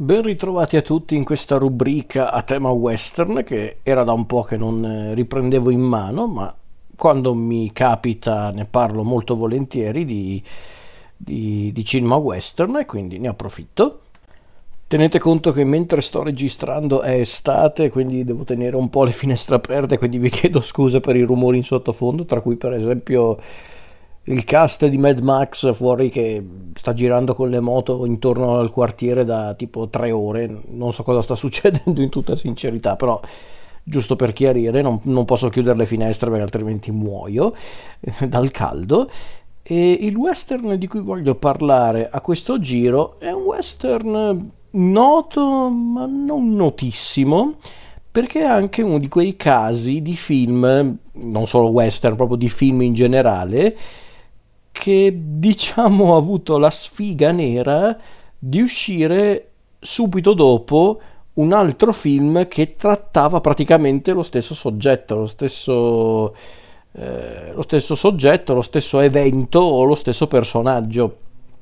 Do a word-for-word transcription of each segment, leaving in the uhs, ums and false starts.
Ben ritrovati a tutti in questa rubrica a tema western che era da un po' che non eh, riprendevo in mano, ma quando mi capita ne parlo molto volentieri di, di, di cinema western e quindi ne approfitto. Tenete conto che mentre sto registrando è estate, quindi devo tenere un po' le finestre aperte, quindi vi chiedo scusa per i rumori in sottofondo, tra cui per esempio il cast di Mad Max fuori che sta girando con le moto intorno al quartiere da tipo tre ore. Non so cosa sta succedendo in tutta sincerità, però giusto per chiarire non, non posso chiudere le finestre perché altrimenti muoio dal caldo. E il western di cui voglio parlare a questo giro è un western noto ma non notissimo, perché è anche uno di quei casi di film, non solo western, proprio di film in generale, che diciamo ha avuto la sfiga nera di uscire subito dopo un altro film che trattava praticamente lo stesso soggetto, lo stesso, eh, lo stesso soggetto, lo stesso evento o lo stesso personaggio.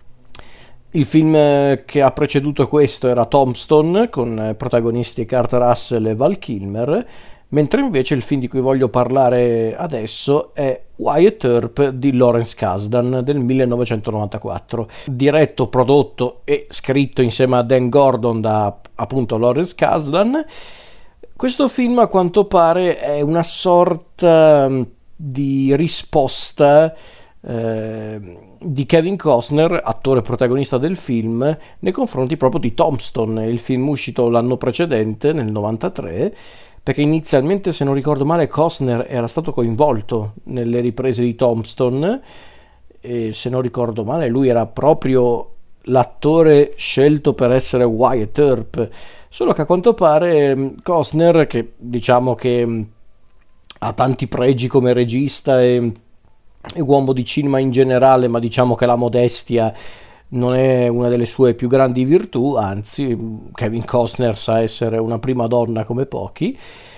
Il film che ha preceduto questo era Tombstone, con protagonisti Kurt Russell e Val Kilmer, mentre invece il film di cui voglio parlare adesso è Wyatt Earp di Lawrence Kasdan del millenovecentonovantaquattro, diretto, prodotto e scritto insieme a Dan Gordon da appunto Lawrence Kasdan. Questo film a quanto pare è una sorta di risposta eh, di Kevin Costner, attore protagonista del film, nei confronti proprio di Tombstone, il film uscito l'anno precedente nel novantatré, perché inizialmente, se non ricordo male, Costner era stato coinvolto nelle riprese di Tombstone e, se non ricordo male, lui era proprio l'attore scelto per essere Wyatt Earp, solo che a quanto pare Costner, che diciamo che ha tanti pregi come regista e, e uomo di cinema in generale, ma diciamo che la modestia non è una delle sue più grandi virtù, anzi Kevin Costner sa essere una prima donna come pochi,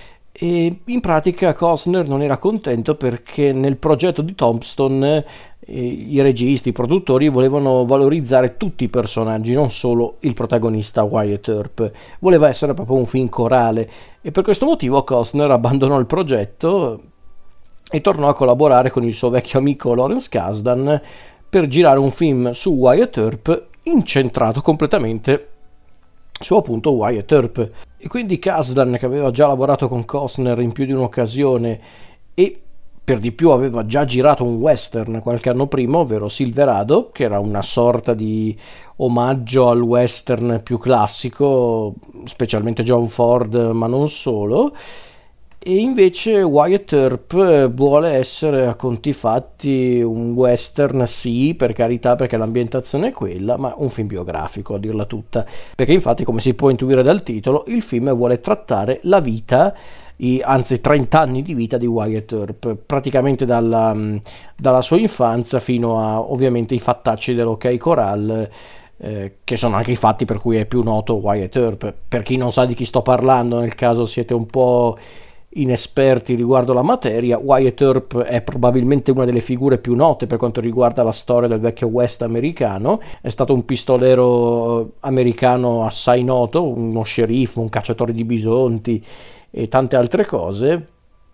e in pratica Costner non era contento perché nel progetto di Tombstone eh, i registi, i produttori volevano valorizzare tutti i personaggi, non solo il protagonista Wyatt Earp. Voleva essere proprio un film corale e per questo motivo Costner abbandonò il progetto e tornò a collaborare con il suo vecchio amico Lawrence Kasdan per girare un film su Wyatt Earp incentrato completamente su appunto Wyatt Earp. E quindi Kasdan, che aveva già lavorato con Costner in più di un'occasione e per di più aveva già girato un western qualche anno prima, ovvero Silverado, che era una sorta di omaggio al western più classico, specialmente John Ford, ma non solo. E invece Wyatt Earp vuole essere a conti fatti un western, sì, per carità, perché l'ambientazione è quella, ma un film biografico a dirla tutta, perché infatti, come si può intuire dal titolo, il film vuole trattare la vita, anzi trenta anni di vita di Wyatt Earp, praticamente dalla, dalla sua infanzia fino a ovviamente i fattacci dell'Ok Coral, eh, che sono anche i fatti per cui è più noto Wyatt Earp. Per chi non sa di chi sto parlando, nel caso siete un po' inesperti riguardo la materia, Wyatt Earp è probabilmente una delle figure più note per quanto riguarda la storia del vecchio West americano. È stato un pistolero americano assai noto, uno sceriffo, un cacciatore di bisonti e tante altre cose,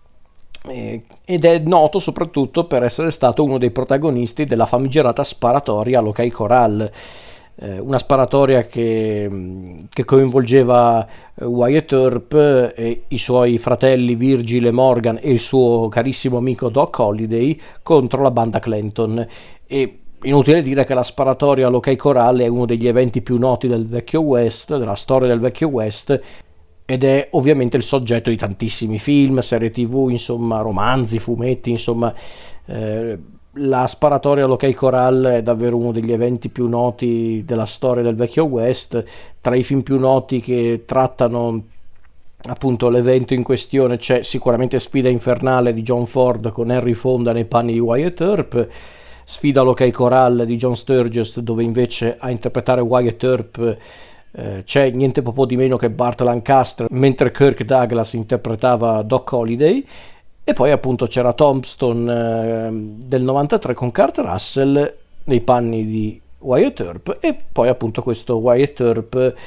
ed è noto soprattutto per essere stato uno dei protagonisti della famigerata sparatoria all'Ok Coral, una sparatoria che, che coinvolgeva Wyatt Earp e i suoi fratelli Virgil e Morgan e il suo carissimo amico Doc Holliday contro la banda Clanton. E inutile dire che la sparatoria all'Ok Coral è uno degli eventi più noti del vecchio West, della storia del vecchio West, ed è ovviamente il soggetto di tantissimi film, serie tv, insomma romanzi, fumetti, insomma eh, la sparatoria all'Ok Coral è davvero uno degli eventi più noti della storia del vecchio West. Tra i film più noti che trattano appunto l'evento in questione c'è sicuramente Sfida infernale di John Ford con Henry Fonda nei panni di Wyatt Earp, Sfida all'Ok Coral di John Sturges, dove invece a interpretare Wyatt Earp eh, c'è niente po' di meno che Burt Lancaster, mentre Kirk Douglas interpretava Doc Holliday. E poi appunto c'era Tombstone eh, del novantatré con Kurt Russell nei panni di Wyatt Earp, e poi appunto questo Wyatt Earp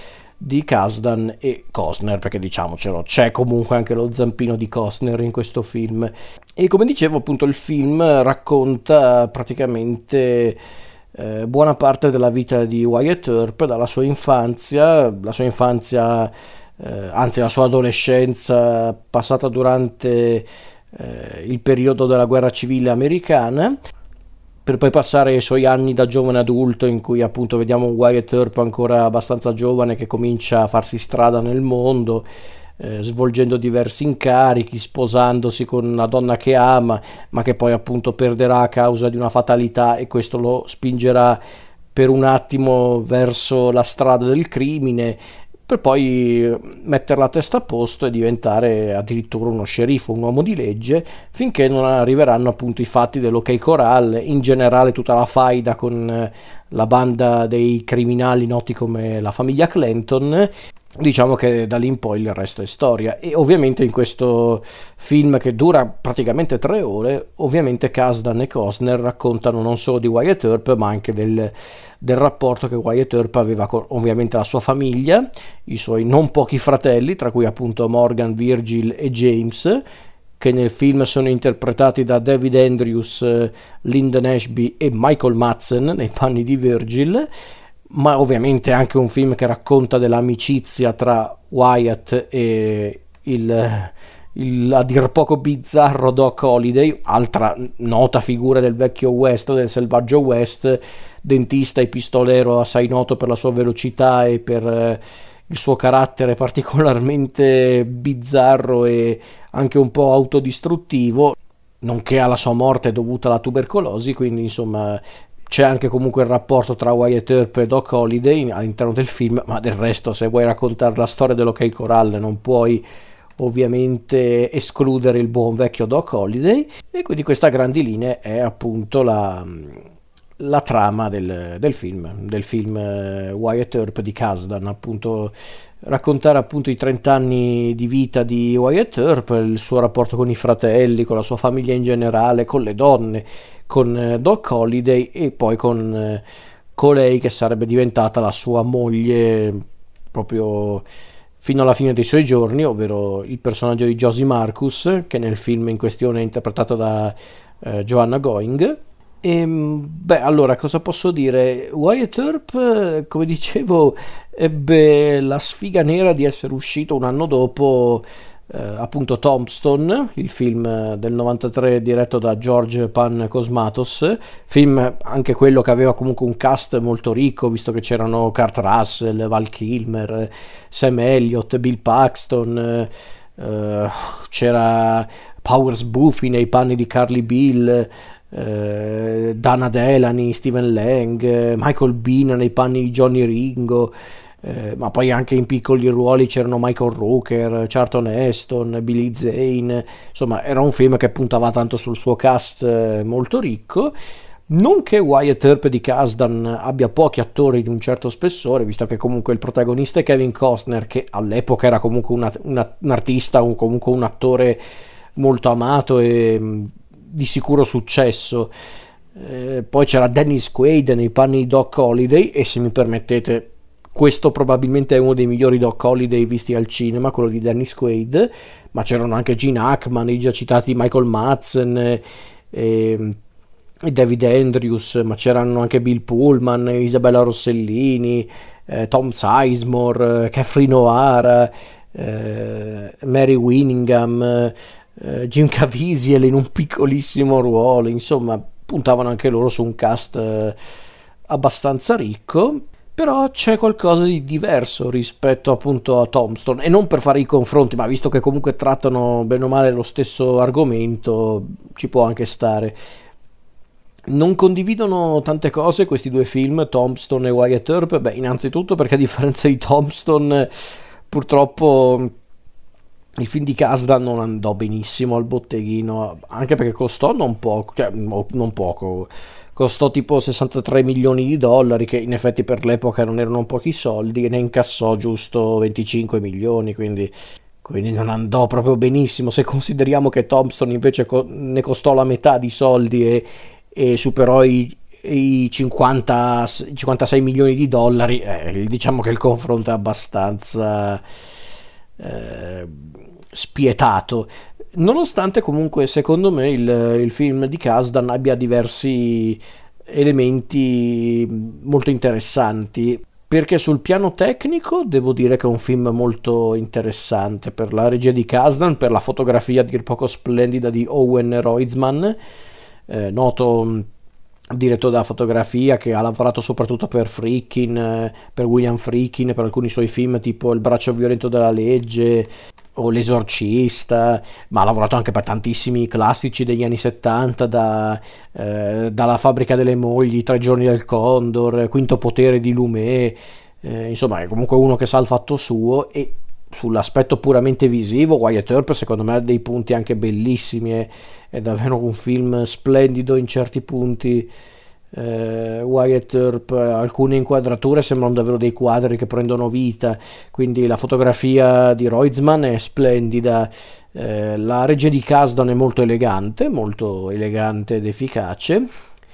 di Kasdan e Costner, perché diciamocelo, c'è comunque anche lo zampino di Costner in questo film. E come dicevo, appunto, il film racconta praticamente eh, buona parte della vita di Wyatt Earp, dalla sua infanzia, la sua infanzia, eh, anzi la sua adolescenza passata durante eh, il periodo della guerra civile americana, per poi passare ai suoi anni da giovane adulto, in cui appunto vediamo un Wyatt Earp ancora abbastanza giovane che comincia a farsi strada nel mondo, eh, svolgendo diversi incarichi, sposandosi con una donna che ama, ma che poi appunto perderà a causa di una fatalità, e questo lo spingerà per un attimo verso la strada del crimine, per poi mettere la testa a posto e diventare addirittura uno sceriffo, un uomo di legge, finché non arriveranno appunto i fatti dell'Ok Corral, in generale tutta la faida con la banda dei criminali noti come la famiglia Clanton. Diciamo che da lì in poi il resto è storia. E ovviamente in questo film, che dura praticamente tre ore, ovviamente Kasdan e Costner raccontano non solo di Wyatt Earp, ma anche del, del rapporto che Wyatt Earp aveva con ovviamente la sua famiglia, i suoi non pochi fratelli, tra cui appunto Morgan, Virgil e James, che nel film sono interpretati da David Andrews, Lyndon Ashby e Michael Madsen nei panni di Virgil. Ma ovviamente è anche un film che racconta dell'amicizia tra Wyatt e il, il a dir poco bizzarro Doc Holliday, altra nota figura del vecchio West, del selvaggio West, dentista e pistolero assai noto per la sua velocità e per eh, il suo carattere particolarmente bizzarro e anche un po' autodistruttivo, nonché alla sua morte dovuta alla tubercolosi. Quindi insomma c'è anche comunque il rapporto tra Wyatt Earp e Doc Holliday all'interno del film, ma del resto, se vuoi raccontare la storia dell'Ok Corral, non puoi ovviamente escludere il buon vecchio Doc Holliday. E quindi questa a grandi linee è appunto la, la trama del, del film, del film Wyatt Earp di Kasdan, appunto raccontare appunto i trenta anni di vita di Wyatt Earp, il suo rapporto con i fratelli, con la sua famiglia in generale, con le donne, con Doc Holliday e poi con eh, colei che sarebbe diventata la sua moglie proprio fino alla fine dei suoi giorni, ovvero il personaggio di Josie Marcus, che nel film in questione è interpretato da eh, Joanna Going. E, beh, allora, cosa posso dire? Wyatt Earp, come dicevo, ebbe la sfiga nera di essere uscito un anno dopo eh, appunto Tombstone, il film del novantatré diretto da George Pancosmatos, film anche quello che aveva comunque un cast molto ricco, visto che c'erano Kurt Russell, Val Kilmer, Sam Elliott, Bill Paxton, eh, c'era Powers Boothe nei panni di Carly Bill, Uh, Dana Delany, Stephen Lang, uh, Michael Bean nei panni di Johnny Ringo, uh, ma poi anche in piccoli ruoli c'erano Michael Rooker, Charlton Heston, Billy Zane. Insomma, era un film che puntava tanto sul suo cast uh, molto ricco. Non che Wyatt Earp di Kasdan abbia pochi attori di un certo spessore, visto che comunque il protagonista è Kevin Costner, che all'epoca era comunque una, una, un artista, un, comunque un attore molto amato e di sicuro successo. Eh, poi c'era Dennis Quaid nei panni di Doc Holliday, e se mi permettete, questo probabilmente è uno dei migliori Doc Holliday visti al cinema, quello di Dennis Quaid. Ma c'erano anche Gene Hackman, i già citati Michael Madsen e, e, e David Andrews, ma c'erano anche Bill Pullman, Isabella Rossellini, eh, Tom Sizemore, Catherine O'Hara, eh, Mary Winningham, Uh, Jim Caviezel in un piccolissimo ruolo. Insomma, puntavano anche loro su un cast uh, abbastanza ricco. Però c'è qualcosa di diverso rispetto appunto a Tombstone, e non per fare i confronti, ma visto che comunque trattano bene o male lo stesso argomento, ci può anche stare. Non condividono tante cose questi due film, Tombstone e Wyatt Earp. Beh, innanzitutto perché a differenza di Tombstone, purtroppo il film di Kasdan non andò benissimo al botteghino, anche perché costò non poco, cioè non poco, costò tipo sessantatré milioni di dollari, che in effetti per l'epoca non erano pochi soldi, e ne incassò giusto venticinque milioni, quindi, quindi non andò proprio benissimo. Se consideriamo che Tombstone invece co- ne costò la metà di soldi e, e superò i, i cinquanta, cinquantasei milioni di dollari, eh, diciamo che il confronto è abbastanza eh, spietato, nonostante comunque secondo me il, il film di Kasdan abbia diversi elementi molto interessanti, perché sul piano tecnico devo dire che è un film molto interessante per la regia di Kasdan, per la fotografia a dir poco splendida di Owen Roizman, eh, noto direttore della fotografia che ha lavorato soprattutto per Friedkin, eh, per William Friedkin, per alcuni suoi film tipo Il braccio violento della legge o L'esorcista, ma ha lavorato anche per tantissimi classici degli anni settanta, da, eh, dalla fabbrica delle mogli, Tre giorni del Condor, Quinto potere di Lumet, eh, insomma è comunque uno che sa il fatto suo. E sull'aspetto puramente visivo Wyatt Earp secondo me ha dei punti anche bellissimi, è, è davvero un film splendido in certi punti. eh, Wyatt Earp, alcune inquadrature sembrano davvero dei quadri che prendono vita, quindi la fotografia di Roizman è splendida, eh, la regia di Kasdan è molto elegante, molto elegante ed efficace.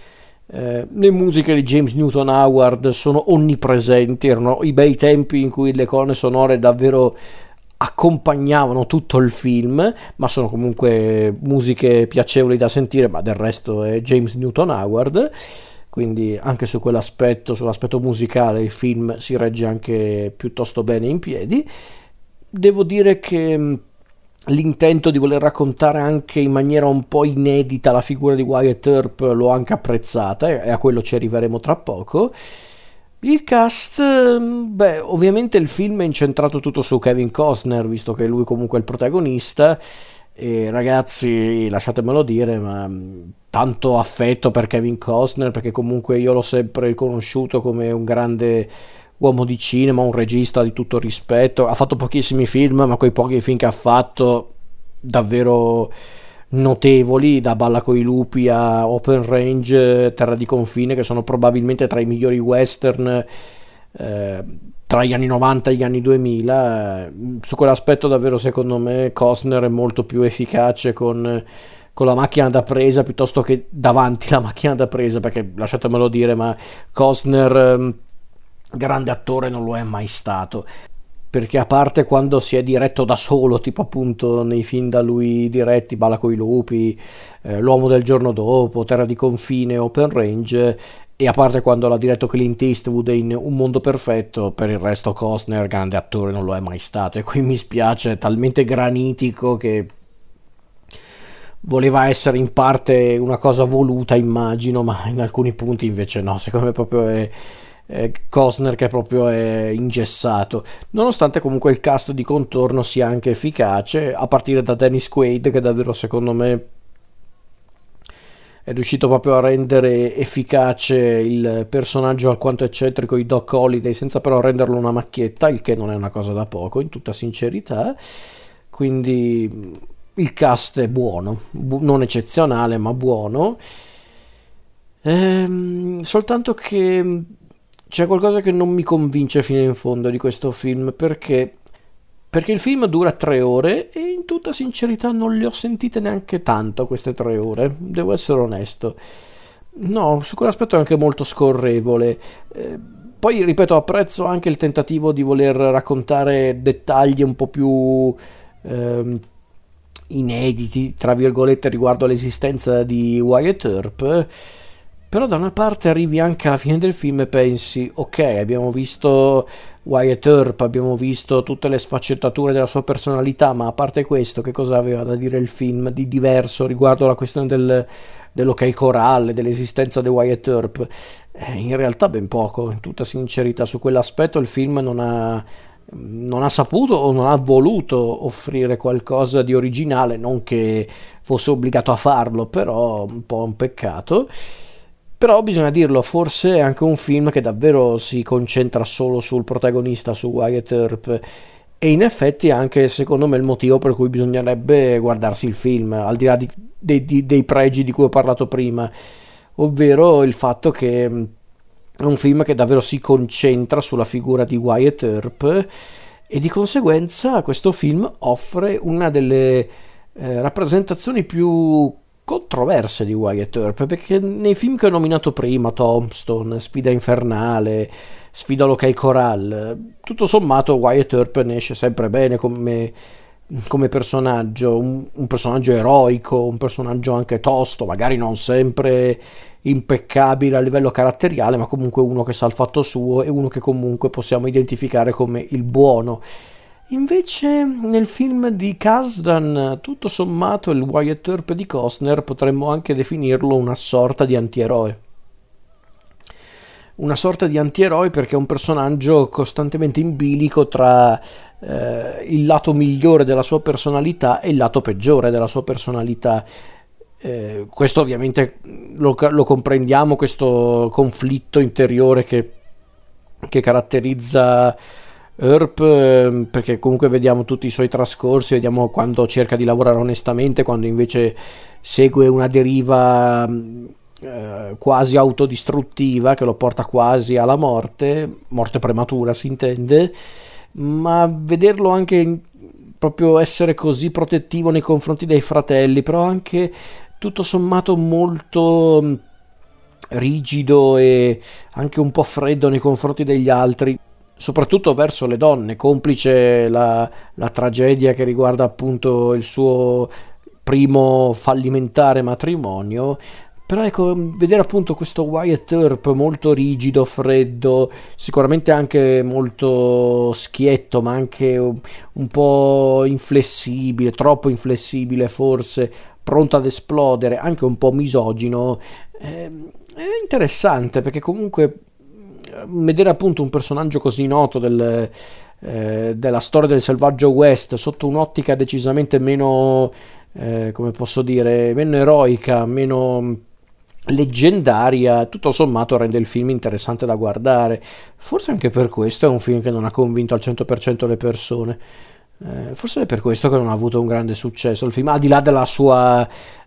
Eh, le musiche di James Newton Howard sono onnipresenti, erano i bei tempi in cui le colonne sonore davvero accompagnavano tutto il film, ma sono comunque musiche piacevoli da sentire, ma del resto è James Newton Howard, quindi anche su quell'aspetto, sull'aspetto musicale il film si regge anche piuttosto bene in piedi. Devo dire che l'intento di voler raccontare anche in maniera un po' inedita la figura di Wyatt Earp l'ho anche apprezzata, e a quello ci arriveremo tra poco. Il cast, beh, ovviamente il film è incentrato tutto su Kevin Costner, visto che lui comunque è il protagonista, e ragazzi, lasciatemelo dire, ma tanto affetto per Kevin Costner, perché comunque io l'ho sempre riconosciuto come un grande uomo di cinema, un regista di tutto rispetto. Ha fatto pochissimi film, ma quei pochi film che ha fatto davvero notevoli, da Balla coi lupi a Open Range, Terra di confine, che sono probabilmente tra i migliori western eh, tra gli anni novanta e gli anni duemila. Su quell'aspetto davvero secondo me Costner è molto più efficace con con la macchina da presa piuttosto che davanti la macchina da presa, perché lasciatemelo dire, ma Costner grande attore non lo è mai stato, perché a parte quando si è diretto da solo, tipo appunto nei film da lui diretti, Balla coi lupi, eh, L'uomo del giorno dopo, Terra di confine, Open Range, e a parte quando l'ha diretto Clint Eastwood in Un mondo perfetto, per il resto Costner grande attore non lo è mai stato, e qui mi spiace, è talmente granitico che voleva essere in parte una cosa voluta, immagino, ma in alcuni punti invece no, secondo me proprio è Costner che proprio è ingessato, nonostante comunque il cast di contorno sia anche efficace, a partire da Dennis Quaid, che davvero secondo me è riuscito proprio a rendere efficace il personaggio alquanto eccentrico di Doc Holliday, senza però renderlo una macchietta, il che non è una cosa da poco, in tutta sincerità. Quindi il cast è buono, bu- non eccezionale ma buono, ehm, soltanto che c'è qualcosa che non mi convince fino in fondo di questo film, perché perché il film dura tre ore e in tutta sincerità non le ho sentite neanche tanto queste tre ore, devo essere onesto. No, su quell'aspetto è anche molto scorrevole. Eh, poi ripeto, apprezzo anche il tentativo di voler raccontare dettagli un po' più ehm, inediti, tra virgolette, riguardo all'esistenza di Wyatt Earp. Però da una parte arrivi anche alla fine del film e pensi, ok, abbiamo visto Wyatt Earp, abbiamo visto tutte le sfaccettature della sua personalità, ma a parte questo, che cosa aveva da dire il film di diverso riguardo alla questione del, dell'ok corale, dell'esistenza di Wyatt Earp? Eh, in realtà ben poco, in tutta sincerità, su quell'aspetto il film non ha, non ha saputo o non ha voluto offrire qualcosa di originale, non che fosse obbligato a farlo, però un po' un peccato. Però bisogna dirlo, forse è anche un film che davvero si concentra solo sul protagonista, su Wyatt Earp, e in effetti è anche secondo me il motivo per cui bisognerebbe guardarsi il film, al di là di, dei, di, dei pregi di cui ho parlato prima, ovvero il fatto che è un film che davvero si concentra sulla figura di Wyatt Earp, e di conseguenza questo film offre una delle eh, rappresentazioni più controverse di Wyatt Earp, perché nei film che ho nominato prima, Tombstone, Sfida Infernale, Sfida all'Ok Corral, tutto sommato Wyatt Earp ne esce sempre bene come, come personaggio, un, un personaggio eroico, un personaggio anche tosto, magari non sempre impeccabile a livello caratteriale, ma comunque uno che sa il fatto suo e uno che comunque possiamo identificare come il buono. Invece nel film di Kasdan, tutto sommato, il Wyatt Earp di Costner potremmo anche definirlo una sorta di antieroe. Una sorta di antieroe perché è un personaggio costantemente in bilico tra eh, il lato migliore della sua personalità e il lato peggiore della sua personalità. Eh, questo ovviamente lo, lo comprendiamo, questo conflitto interiore che, che caratterizza Earp, eh, perché comunque vediamo tutti i suoi trascorsi, vediamo quando cerca di lavorare onestamente, quando invece segue una deriva eh, quasi autodistruttiva che lo porta quasi alla morte, morte prematura si intende, ma vederlo anche proprio essere così protettivo nei confronti dei fratelli, però anche tutto sommato molto rigido e anche un po' freddo nei confronti degli altri, soprattutto verso le donne, complice la, la tragedia che riguarda appunto il suo primo fallimentare matrimonio. Però ecco, vedere appunto questo Wyatt Earp molto rigido, freddo, sicuramente anche molto schietto, ma anche un po' inflessibile, troppo inflessibile forse, pronto ad esplodere, anche un po' misogino, eh, è interessante perché comunque vedere appunto un personaggio così noto del, eh, della storia del selvaggio West sotto un'ottica decisamente meno, eh, come posso dire, meno eroica, meno leggendaria, tutto sommato rende il film interessante da guardare. Forse anche per questo è un film che non ha convinto al cento per cento le persone. Eh, forse è per questo che non ha avuto un grande successo il film, al di là della sua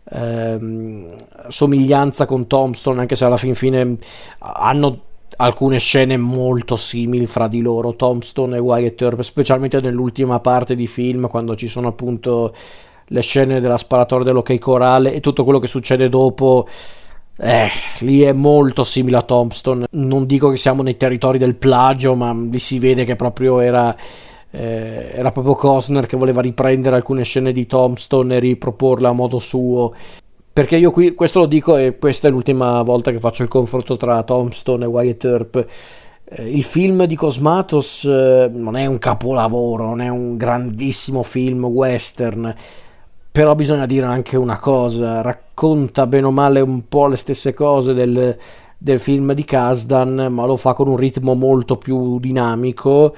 ehm, somiglianza con Tombstone, anche se alla fin fine hanno alcune scene molto simili fra di loro, Tombstone e Wyatt Earp, specialmente nell'ultima parte di film, quando ci sono appunto le scene della sparatoria dell'Ok Corale e tutto quello che succede dopo. Eh, lì è molto simile a Tombstone. Non dico che siamo nei territori del plagio, ma lì si vede che proprio era eh, era proprio Costner che voleva riprendere alcune scene di Tombstone e riproporle a modo suo. Perché io qui, questo lo dico e questa è l'ultima volta che faccio il confronto tra Tombstone e Wyatt Earp. Eh, il film di Cosmatos eh, non è un capolavoro, non è un grandissimo film western, però bisogna dire anche una cosa, racconta bene o male un po' le stesse cose del, del film di Kasdan, ma lo fa con un ritmo molto più dinamico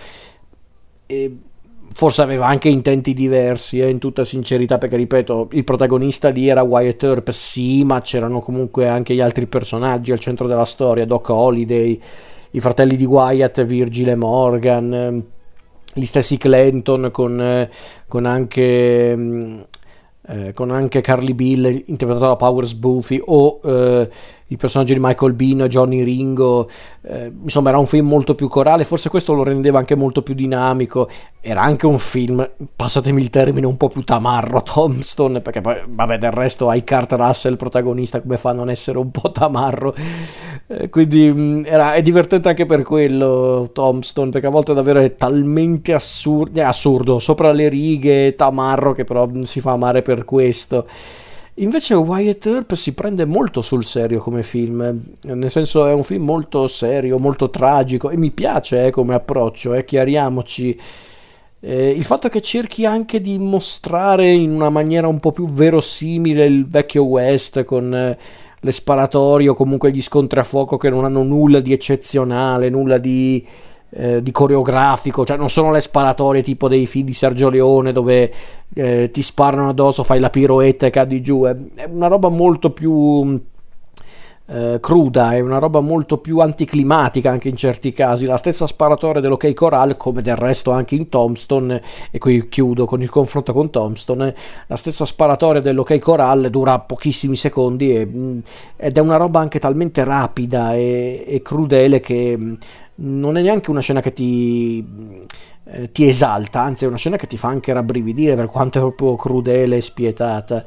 e forse aveva anche intenti diversi, eh, in tutta sincerità, perché ripeto, il protagonista lì era Wyatt Earp, sì, ma c'erano comunque anche gli altri personaggi al centro della storia, Doc Holliday, i fratelli di Wyatt, Virgil e Morgan, eh, gli stessi Clanton con, eh, con anche... Eh, con anche Carly Bill interpretato da Powers Boothie o eh, il personaggio di Michael Bean, Johnny Ringo, eh, insomma era un film molto più corale, forse questo lo rendeva anche molto più dinamico, era anche un film, passatemi il termine, un po' più tamarro Tombstone, perché poi vabbè del resto hai Kurt Russell protagonista, come fa a non essere un po' tamarro, eh, quindi mh, era, è divertente anche per quello Tombstone, perché a volte davvero è talmente assurdo, è assurdo, sopra le righe, tamarro, che però si fa amare per questo. Invece Wyatt Earp si prende molto sul serio come film, nel senso è un film molto serio, molto tragico e mi piace eh, come approccio, eh, chiariamoci. Eh, il fatto che cerchi anche di mostrare in una maniera un po' più verosimile il vecchio West con eh, le sparatorie o comunque gli scontri a fuoco che non hanno nulla di eccezionale, nulla di... Eh, di coreografico, cioè non sono le sparatorie tipo dei film di Sergio Leone dove eh, ti sparano addosso, fai la piroetta e cadi giù, è, è una roba molto più eh, cruda, è una roba molto più anticlimatica anche in certi casi. La stessa sparatoria dell'Ok Corral, come del resto anche in Tombstone, e qui chiudo con il confronto con Tombstone, la stessa sparatoria dell'Ok Corral dura pochissimi secondi e, mh, ed è una roba anche talmente rapida e, e crudele che mh, non è neanche una scena che ti, eh, ti esalta, anzi è una scena che ti fa anche rabbrividire per quanto è proprio crudele e spietata.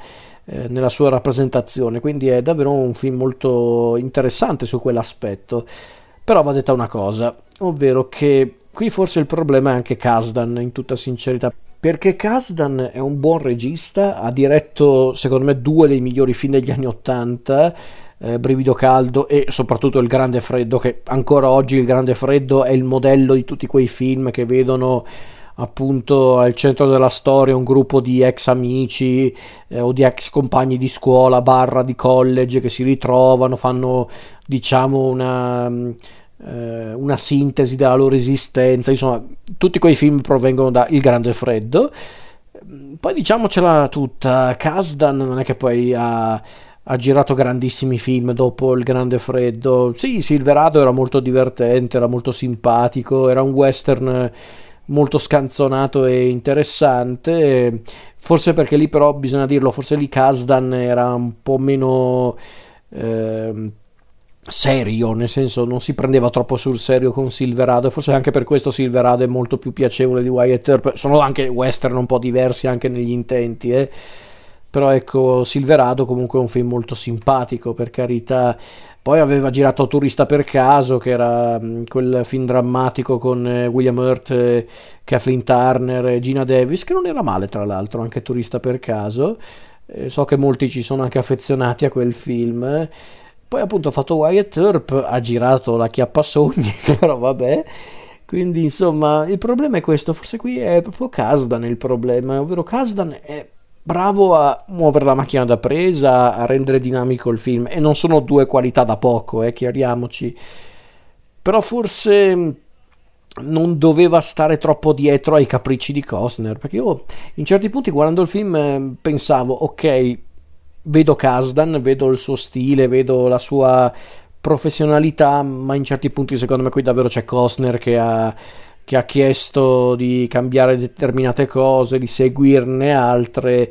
eh, nella sua rappresentazione, quindi è davvero un film molto interessante su quell'aspetto. Però va detta una cosa, ovvero che qui forse il problema è anche Kasdan, in tutta sincerità, perché Kasdan è un buon regista, ha diretto secondo me due dei migliori film degli anni Ottanta, eh, Brivido caldo e soprattutto Il Grande Freddo, che ancora oggi Il Grande Freddo è il modello di tutti quei film che vedono appunto al centro della storia un gruppo di ex amici eh, o di ex compagni di scuola barra di college che si ritrovano, fanno diciamo una, eh, una sintesi della loro esistenza. Insomma, tutti quei film provengono da Il Grande Freddo. Poi diciamocela tutta, Kasdan non è che poi ha, ha girato grandissimi film dopo Il Grande Freddo. Sì, Silverado era molto divertente, era molto simpatico, era un western molto scanzonato e interessante, forse perché lì però bisogna dirlo, forse lì Kasdan era un po' meno eh, serio, nel senso non si prendeva troppo sul serio con Silverado, e forse anche per questo Silverado è molto più piacevole di Wyatt Earp. Sono anche western un po' diversi anche negli intenti, eh. Però ecco, Silverado comunque è un film molto simpatico, per carità. Poi aveva girato Turista per caso, che era mh, quel film drammatico con eh, William Hurt, eh, Kathleen Turner e Gina Davis, che non era male tra l'altro, anche Turista per caso. Eh, so che molti ci sono anche affezionati a quel film. eh. Poi appunto ha fatto Wyatt Earp, ha girato La Chiappasogni, però vabbè. Quindi insomma il problema è questo, forse qui è proprio Kasdan il problema, ovvero Kasdan è bravo a muovere la macchina da presa, a rendere dinamico il film, e non sono due qualità da poco, eh, chiariamoci, però forse non doveva stare troppo dietro ai capricci di Costner, perché io in certi punti guardando il film eh, pensavo, ok, vedo Kasdan, vedo il suo stile, vedo la sua professionalità, ma in certi punti secondo me qui davvero c'è Costner che ha che ha chiesto di cambiare determinate cose, di seguirne altre,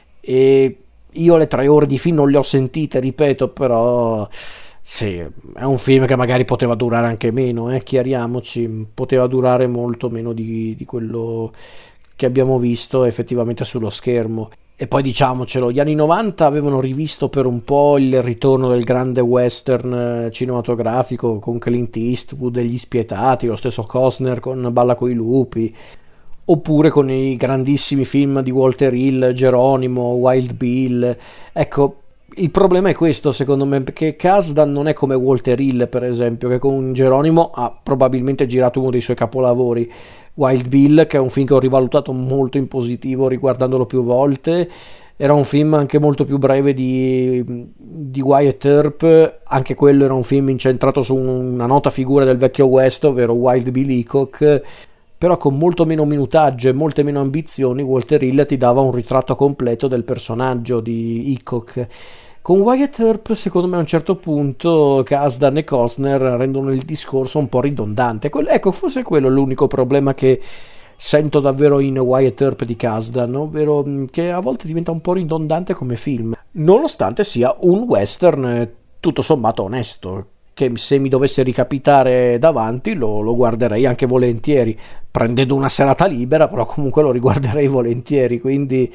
e io le tre ore di film non le ho sentite, ripeto, però sì, è un film che magari poteva durare anche meno, eh, chiariamoci, poteva durare molto meno di, di quello che abbiamo visto effettivamente sullo schermo. E poi diciamocelo, gli anni novanta avevano rivisto per un po' il ritorno del grande western cinematografico con Clint Eastwood e Gli Spietati, lo stesso Costner con Balla coi lupi, oppure con i grandissimi film di Walter Hill, Geronimo, Wild Bill. Ecco, il problema è questo secondo me, perché Kasdan non è come Walter Hill per esempio, che con Geronimo ha probabilmente girato uno dei suoi capolavori. Wild Bill, che è un film che ho rivalutato molto in positivo riguardandolo più volte, era un film anche molto più breve di, di Wyatt Earp, anche quello era un film incentrato su una nota figura del vecchio West, ovvero Wild Bill Hickok, però con molto meno minutaggio e molte meno ambizioni. Walter Hill ti dava un ritratto completo del personaggio di Hickok. Con Wyatt Earp, secondo me, a un certo punto Kasdan e Costner rendono il discorso un po' ridondante. Quello, ecco, forse quello è l'unico problema che sento davvero in Wyatt Earp di Kasdan, ovvero che a volte diventa un po' ridondante come film, nonostante sia un western tutto sommato onesto, che se mi dovesse ricapitare davanti lo, lo guarderei anche volentieri, prendendo una serata libera, però comunque lo riguarderei volentieri, quindi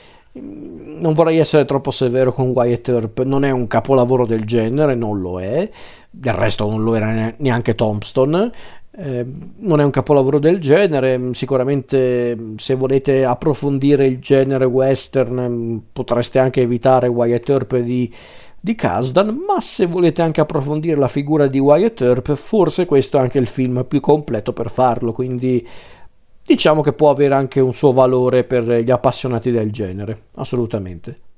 non vorrei essere troppo severo con Wyatt Earp. Non è un capolavoro del genere, non lo è, del resto non lo era neanche Tombstone, eh, non è un capolavoro del genere. Sicuramente se volete approfondire il genere western potreste anche evitare Wyatt Earp di, di Kasdan, ma se volete anche approfondire la figura di Wyatt Earp, forse questo è anche il film più completo per farlo, quindi diciamo che può avere anche un suo valore per gli appassionati del genere, assolutamente.